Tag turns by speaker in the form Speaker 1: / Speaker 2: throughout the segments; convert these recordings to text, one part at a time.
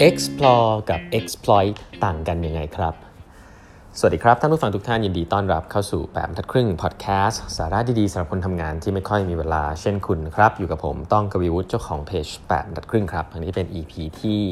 Speaker 1: explore กับ exploit ต่างกันยังไงครับสวัสดีครับท่านผู้ฟังทุกท่านยินดีต้อนรับเข้าสู่8 บรรทัดครึ่งพอดแคสต์สาระดีๆสำหรับคนทำงานที่ไม่ค่อยมีเวลาเช่นคุณครับอยู่กับผมต้องกวีวุฒิเจ้าของเพจ8 บรรทัดครึ่งครับอันนี้เป็น EP ที่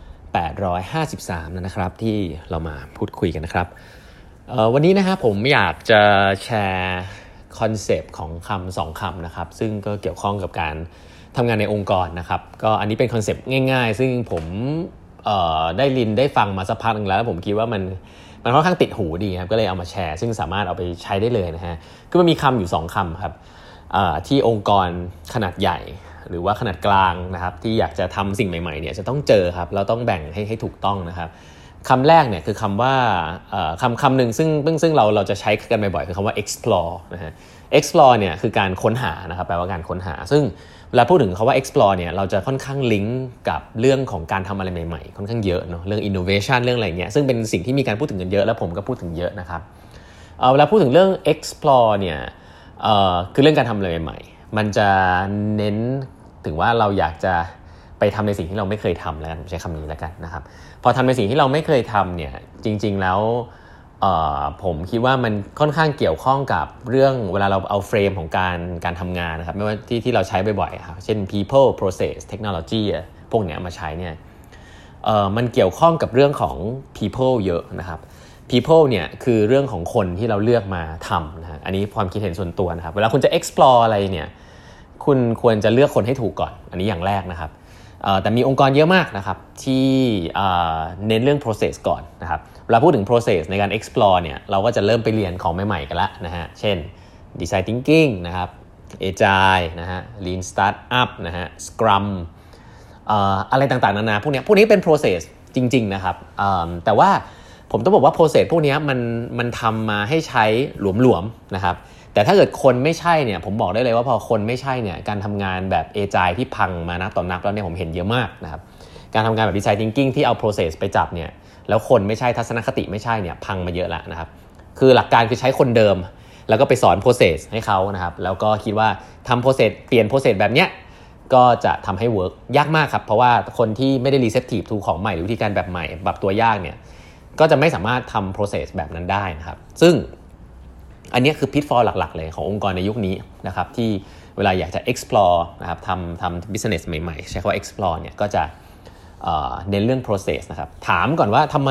Speaker 1: 853นะครับที่เรามาพูดคุยกันนะครับวันนี้นะครับผมอยากจะแชร์คอนเซปต์ของคำ2คำนะครับซึ่งก็เกี่ยวข้องกับการทำงานในองค์กรนะครับก็อันนี้เป็นคอนเซปต์ง่ายๆซึ่งผมได้ฟังมาสักพักนึงแล้วผมคิดว่ามันค่อนข้างติดหูดีครับก็เลยเอามาแชร์ซึ่งสามารถเอาไปใช้ได้เลยนะฮะคือมันมีคำอยู่2คำครับที่องค์กรขนาดใหญ่หรือว่าขนาดกลางนะครับที่อยากจะทำสิ่งใหม่ๆเนี่ยจะต้องเจอครับเราต้องแบ่งให้ถูกต้องนะครับคำแรกเนี่ยคือคำว่าคำหนึ่งซึ่งเราจะใช้กันบ่อยๆคือคำว่า explore นะฮะ explore เนี่ยคือการค้นหานะครับแปลว่าการค้นหาซึ่งเวลาพูดถึงคำว่า explore เนี่ยเราจะค่อนข้างลิงก์กับเรื่องของการทำอะไรใหม่ๆค่อนข้างเยอะเนาะเรื่อง innovation เรื่องอะไรเงี้ยซึ่งเป็นสิ่งที่มีการพูดถึงกันเยอะแล้วผมก็พูดถึงเยอะนะครับเวลาพูดถึงเรื่อง explore เนี่ยคือเรื่องการทำอะไรใหม่ๆมันจะเน้นถึงว่าเราอยากจะไปทำในสิ่งที่เราไม่เคยทำแล้วใช้คำนี้แล้วกันนะครับพอทำในสิ่งที่เราไม่เคยทำเนี่ยจริงๆแล้วผมคิดว่ามันค่อนข้างเกี่ยวข้องกับเรื่องเวลาเราเอาเฟรมของการทำงานนะครับไม่ว่าที่เราใช้บ่อยๆครับเช่น people process technology พวกเนี้ยมาใช้เนี่ยมันเกี่ยวข้องกับเรื่องของ people เยอะนะครับ people เนี่ยคือเรื่องของคนที่เราเลือกมาทำนะฮะอันนี้ความคิดเห็นส่วนตัวนะครับเวลาคุณจะ explore อะไรเนี่ยคุณควรจะเลือกคนให้ถูกก่อนอันนี้อย่างแรกนะครับแต่มีองค์กรเยอะมากนะครับที่เน้นเรื่อง process ก่อนนะครับเวลาพูดถึง process ในการ explore เนี่ยเราก็จะเริ่มไปเรียนของใหม่ๆกันละนะฮะเช่น design thinking นะครับ agile นะฮะ lean startup นะฮะ scrum อะไรต่างๆนานาพวกนี้เป็น process จริงๆนะครับแต่ว่าผมต้องบอกว่า process พวกนี้มันทำมาให้ใช้หลวมๆนะครับแต่ถ้าเกิดคนไม่ใช่เนี่ยผมบอกได้เลยว่าพอคนไม่ใช่เนี่ยการทำงานแบบ agile ที่พังมานักต่อนักแล้วเนี่ยผมเห็นเยอะมากนะครับการทำงานแบบ design thinking ที่เอา process ไปจับเนี่ยแล้วคนไม่ใช่ทัศนคติไม่ใช่เนี่ยพังมาเยอะแล้วนะครับคือหลักการคือใช้คนเดิมแล้วก็ไปสอน process ให้เขานะครับแล้วก็คิดว่าทำ process เปลี่ยน process แบบเนี้ยก็จะทำให้ work ยากมากครับเพราะว่าคนที่ไม่ได้ receptive to ของใหม่หรือวิธีการแบบใหม่ปรับตัวยากเนี่ยก็จะไม่สามารถทำ process แบบนั้นได้นะครับซึ่งอันนี้คือ pitfall หลักๆเลยขององค์กรในยุคนี้นะครับที่เวลาอยากจะ explore นะครับทำ business ใหม่ๆใช้คำว่า explore เนี่ยก็จะเน้นเรื่อง process นะครับถามก่อนว่าทำไม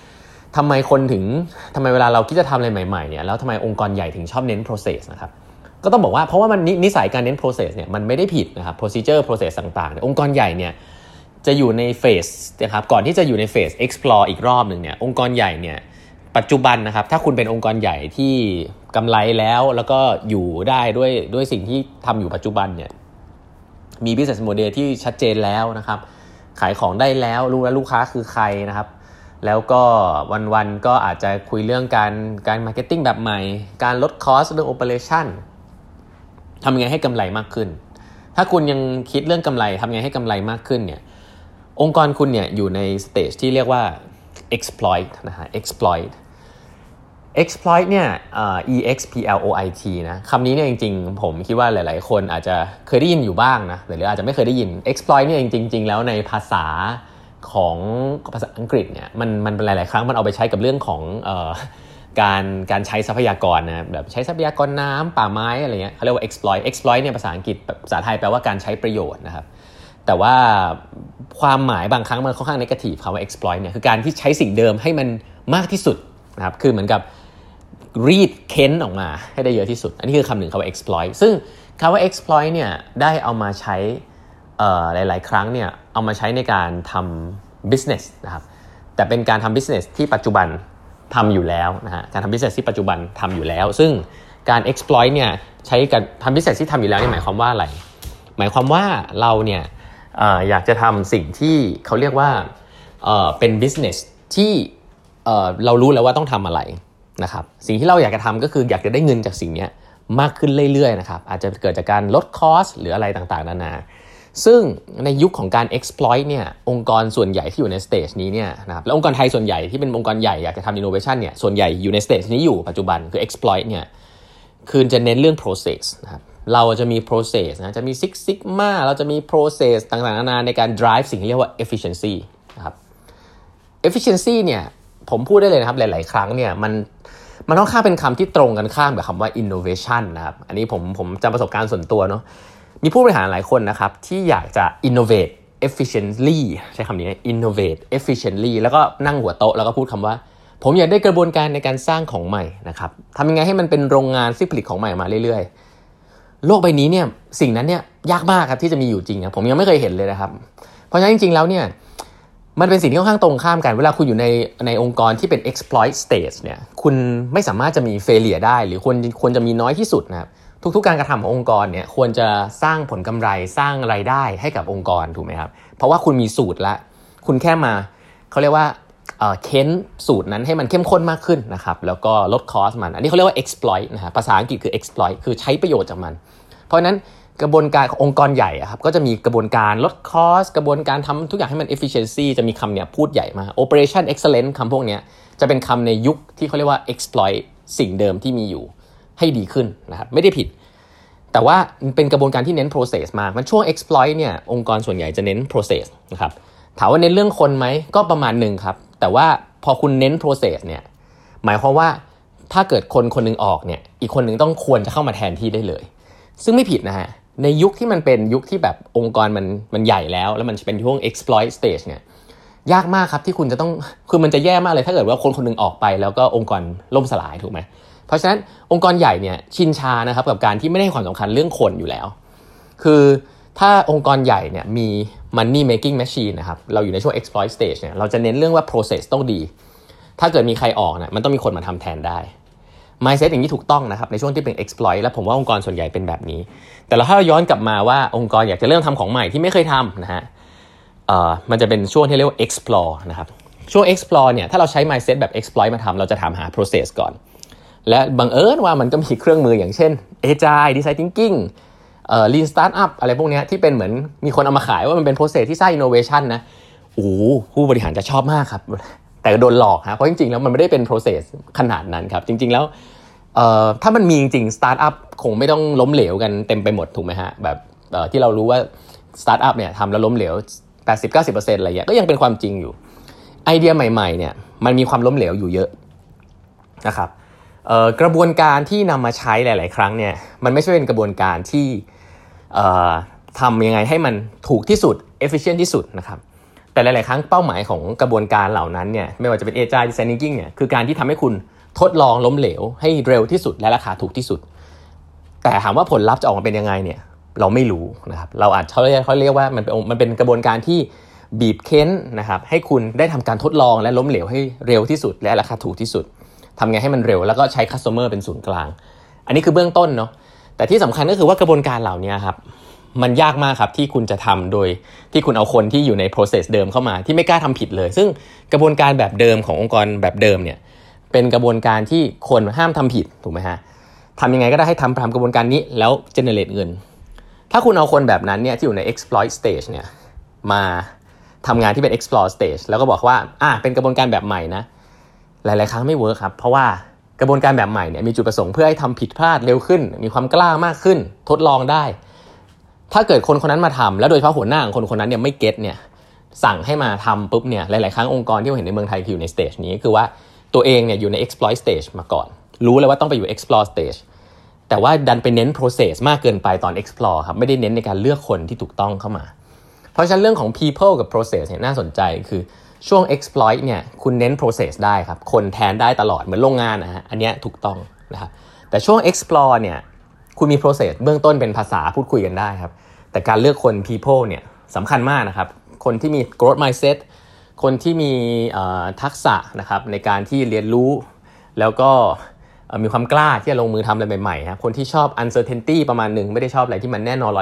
Speaker 1: เวลาเราคิดจะทำอะไรใหม่ๆเนี่ยแล้วทำไมองค์กรใหญ่ถึงชอบเน้น process นะครับก็ต้องบอกว่าเพราะว่ามันนิสัยการเน้น process เนี่ยมันไม่ได้ผิดนะครับ procedure process ต่างๆเนี่ยองค์กรใหญ่เนี่ยจะอยู่ในเฟสนะครับก่อนที่จะอยู่ในเฟส explore อีกรอบนึงเนี่ยองค์กรใหญ่เนี่ยปัจจุบันนะครับถ้าคุณเป็นองค์กรใหญ่ที่กำไรแล้วก็อยู่ได้ด้วยสิ่งที่ทำอยู่ปัจจุบันเนี่ยมี business model ที่ชัดเจนแล้วนะครับขายของได้แล้วรู้แล้วลูกค้าคือใครนะครับแล้วก็วันๆก็อาจจะคุยเรื่องการ marketing แบบใหม่การลดคอสเรื่อง operation ทำยังไงให้กำไรมากขึ้นถ้าคุณยังคิดเรื่องกำไรทำยังไงให้กำไรมากขึ้นเนี่ยองค์กรคุณเนี่ยอยู่ใน stage ที่เรียกว่า exploit นะฮะ exploit เนี่ยexploit นะคำนี้เนี่ยจริงๆผมคิดว่าหลายๆคนอาจจะเคยได้ยินอยู่บ้างนะหรืออาจจะไม่เคยได้ยิน exploit เนี่ยจริงๆแล้วในภาษาอังกฤษเนี่ยมันหลายๆครั้งมันเอาไปใช้กับเรื่องของการใช้ทรัพยากรนะแบบใช้ทรัพยากรน้ำป่าไม้อะไรเงี้ยเขาเรียกว่า exploit เนี่ยภาษาอังกฤษภาษาไทยแปลว่าการใช้ประโยชน์นะครับแต่ว่าความหมายบางครั้งมันค่อนข้าง negative คำว่า exploit เนี่ยคือการที่ใช้สิ่งเดิมให้มันมากที่สุดนะครับคือเหมือนกับรีดเค้นออกมาให้ได้เยอะที่สุดอันนี้คือคำหนึ่งคำว่า exploit ซึ่งคำว่า exploit เนี่ยได้เอามาใช้หลายๆครั้งเนี่ยเอามาใช้ในการทำ business นะครับแต่เป็นการทำ business ที่ปัจจุบันทำอยู่แล้วนะฮะการทำ business ที่ปัจจุบันทำอยู่แล้วซึ่งการ exploit เนี่ยใช้การทำ business ที่ทำอยู่แล้วนี่หมายความว่าอะไรหมายความว่าเราเนี่ยอยากจะทำสิ่งที่เขาเรียกว่าเป็น business ที่เรารู้แล้วว่าต้องทำอะไรนะครับสิ่งที่เราอยากจะทำก็คืออยากจะได้เงินจากสิ่งนี้มากขึ้นเรื่อยๆนะครับอาจจะเกิดจากการลดคอสหรืออะไรต่างๆนานาซึ่งในยุคของการ exploit เนี่ยองค์กรส่วนใหญ่ที่อยู่ในสเตจนี้เนี่ยนะครับแล้วองค์กรไทยส่วนใหญ่ที่เป็นองค์กรใหญ่อยากจะทำ innovation เนี่ยส่วนใหญ่อยู่ในสเตจนี้อยู่ปัจจุบันคือ exploit เนี่ยคือจะเน้นเรื่อง process นะครับเราจะมี process นะจะมี Six Sigma เราจะมี process ต่างๆนานาในการ drive สิ่งที่เรียกว่า efficiency นะครับ efficiency เนี่ยผมพูดได้เลยนะครับหลายๆครั้งเนี่ยมันค่อนข้างเป็นคำที่ตรงกันข้ามกับคำว่า innovation นะครับอันนี้ผมจำประสบการณ์ส่วนตัวเนาะมีผู้บริหารหลายคนนะครับที่อยากจะ innovate efficiently ใช้คำนี้ innovate efficiently แล้วก็นั่งหัวโต๊ะแล้วก็พูดคำว่าผมอยากได้กระบวนการในการสร้างของใหม่นะครับทำยังไงให้มันเป็นโรงงานที่ผลิตของใหม่มาเรื่อยๆโลกใบนี้เนี่ยสิ่งนั้นเนี่ยยากมากครับที่จะมีอยู่จริงนะผมยังไม่เคยเห็นเลยนะครับเพราะฉะนั้นจริงๆแล้วเนี่ยมันเป็นสิ่งที่ค่อนข้างตรงข้ามกันเวลาคุณอยู่ในองค์กรที่เป็น exploit stage เนี่ยคุณไม่สามารถจะมี failure ได้หรือควรจะมีน้อยที่สุดนะครับทุกๆการกระทำขององค์กรเนี่ยควรจะสร้างผลกำไรสร้างรายได้ให้กับองค์กรถูกไหมครับเพราะว่าคุณมีสูตรละคุณแค่มาเขาเรียกว่าเค้นสูตรนั้นให้มันเข้มข้นมากขึ้นนะครับแล้วก็ลดคอสมันอันนี้เขาเรียกว่า exploit นะฮะภาษาอังกฤษคือ exploit คือใช้ประโยชน์จากมันเพราะฉะนั้นกระบวนการขององค์กรใหญ่ครับก็จะมีกระบวนการลดคอสกระบวนการทำทุกอย่างให้มัน efficiency จะมีคำเนี่ยพูดใหญ่มาก operation excellence คำพวกนี้จะเป็นคำในยุคที่เขาเรียกว่า exploit สิ่งเดิมที่มีอยู่ให้ดีขึ้นนะครับไม่ได้ผิดแต่ว่าเป็นกระบวนการที่เน้น process มากมันช่วง exploit เนี่ยองค์กรส่วนใหญ่จะเน้น process นะครับถามว่าเน้นเรื่องคนไหมก็ประมาณหนึ่งครับแต่ว่าพอคุณเน้น process เนี่ยหมายความว่าถ้าเกิดคนนึงออกเนี่ยอีกคนนึงต้องควรจะเข้ามาแทนที่ได้เลยซึ่งไม่ผิดนะฮะในยุคที่มันเป็นยุคที่แบบองค์กรมันใหญ่แล้วมันเป็นช่วง exploit stage เนี่ยยากมากครับที่คุณจะต้องคือมันจะแย่มากเลยถ้าเกิดว่าคนนึงออกไปแล้วก็องค์กรล่มสลายถูกไหมเพราะฉะนั้นองค์กรใหญ่เนี่ยชินชานะครับกับการที่ไม่ได้ให้ความสำคัญเรื่องคนอยู่แล้วคือถ้าองค์กรใหญ่เนี่ยมี money making machine นะครับเราอยู่ในช่วง exploit stage เนี่ยเราจะเน้นเรื่องว่า process ต้องดีถ้าเกิดมีใครออกเนี่ยมันต้องมีคนมาทำแทนได้ mindset อย่างนี้ถูกต้องนะครับในช่วงที่เป็น exploit และผมว่าองค์กรส่วนใหญ่เป็นแบบนี้แต่ถ้าเราย้อนกลับมาว่าองค์กรอยากจะเริ่มทำของใหม่ที่ไม่เคยทำนะฮะมันจะเป็นช่วงที่เรียกว่า explore นะครับช่วง explore เนี่ยถ้าเราใช้ mindset แบบ exploit มาทำเราจะถามหา process ก่อนและบังเอิญว่ามันก็มีเครื่องมืออย่างเช่น agile design thinking lean startup อะไรพวกนี้ที่เป็นเหมือนมีคนเอามาขายว่ามันเป็น process ที่สร้าง innovation นะผู้บริหารจะชอบมากครับแต่โดนหลอกฮะเพราะจริงๆแล้วมันไม่ได้เป็น process ขนาดนั้นครับจริงๆแล้วถ้ามันมีจริงๆ startup คงไม่ต้องล้มเหลวกันเต็มไปหมดถูกไหมฮะแบบที่เรารู้ว่า startup เนี่ยทำแล้วล้มเหลว 80-90% อะไรอย่างเงี้ยก็ยังเป็นความจริงอยู่ไอเดียใหม่ๆเนี่ยมันมีความล้มเหลวอยู่เยอะนะครับกระบวนการที่นำมาใช้หลายๆครั้งเนี่ยมันไม่ใช่เป็นกระบวนการที่ทำยังไงให้มันถูกที่สุด efficient ที่สุดนะครับแต่หลายๆครั้งเป้าหมายของกระบวนการเหล่านั้นเนี่ยไม่ว่าจะเป็น agile design thinking เนี่ยคือการที่ทำให้คุณทดลองล้มเหลวให้เร็วที่สุดและราคาถูกที่สุดแต่ถามว่าผลลัพธ์จะออกมาเป็นยังไงเนี่ยเราไม่รู้นะครับเราอาจเขาเรียกว่ามันเป็นกระบวนการที่บีบเค้นนะครับให้คุณได้ทำการทดลองและล้มเหลวให้เร็วที่สุดและราคาถูกที่สุดทำไงให้มันเร็วแล้วก็ใช้ customer เป็นศูนย์กลางอันนี้คือเบื้องต้นเนาะแต่ที่สำคัญก็คือว่ากระบวนการเหล่านี้ครับมันยากมากครับที่คุณจะทำโดยที่คุณเอาคนที่อยู่ใน process เดิมเข้ามาที่ไม่กล้าทำผิดเลยซึ่งกระบวนการแบบเดิมขององค์กรแบบเดิมเนี่ยเป็นกระบวนการที่คนห้ามทำผิดถูกไหมฮะทำยังไงก็ได้ให้ทำกระบวนการนี้แล้ว generate เงินถ้าคุณเอาคนแบบนั้นเนี่ยที่อยู่ใน exploit stage เนี่ยมาทำงานที่เป็น explore stage แล้วก็บอกว่าเป็นกระบวนการแบบใหม่นะหลายๆครั้งไม่เวิร์คครับเพราะว่ากระบวนการแบบใหม่เนี่ยมีจุดประสงค์เพื่อให้ทำผิดพลาดเร็วขึ้นมีความกล้ามากขึ้นทดลองได้ถ้าเกิดคนคนนั้นมาทำแล้วโดยเฉพาะหัวหน้าของคนคนนั้นเนี่ยไม่เก็ตเนี่ยสั่งให้มาทำปุ๊บเนี่ยหลายๆครั้งองค์กรที่เราเห็นในเมืองไทยที่อยู่ใน stage นี้คือว่าตัวเองเนี่ยอยู่ใน exploit stage มาก่อนรู้เลยว่าต้องไปอยู่ explore stage แต่ว่าดันไปเน้น process มากเกินไปตอน explore ครับไม่ได้เน้นในการเลือกคนที่ถูกต้องเข้ามาเพราะฉะนั้นเรื่องของ people กับ process เนี่ยน่าสนใจคือช่วง exploit เนี่ยคุณเน้น process ได้ครับคนแทนได้ตลอดเหมือนโรงงานนะฮะอันนี้ถูกต้องนะครับแต่ช่วง explore เนี่ยคุณมี process เบื้องต้นเป็นภาษาพูดคุยกันได้ครับแต่การเลือกคน people เนี่ยสำคัญมากนะครับคนที่มี growth mindset คนที่มีทักษะนะครับในการที่เรียนรู้แล้วก็มีความกล้าที่จะลงมือทำอะไรใหม่ๆครับคนที่ชอบ uncertainty ประมาณนึงไม่ได้ชอบอะไรที่มันแน่นอน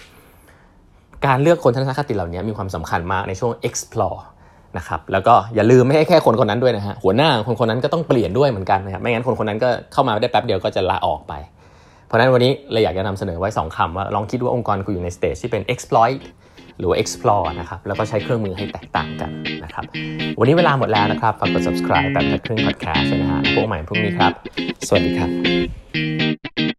Speaker 1: 100% การเลือกคนทัศนคติเหล่านี้มีความสำคัญมากในช่วง explore นะครับแล้วก็อย่าลืมไม่ให้แค่คนนั้นด้วยนะฮะหัวหน้าคนนั้นก็ต้องเปลี่ยนด้วยเหมือนกันนะครับไม่งั้นคนนั้นก็เข้ามาได้แป๊บเดียวก็จะลาออกไปเพราะฉะนั้นวันนี้เราอยากจะนำเสนอไว้2คำว่าลองคิดว่าองค์กรคุณอยู่ใน stage ที่เป็น exploit หรือว่า explore นะครับแล้วก็ใช้เครื่องมือให้แตกต่างกันนะครับวันนี้เวลาหมดแล้วนะครับฝากกด subscribe แบบทัดครึ่ง podcast นะฮะพบกันใหม่พรุ่งนี้ครับสวัสดีครับ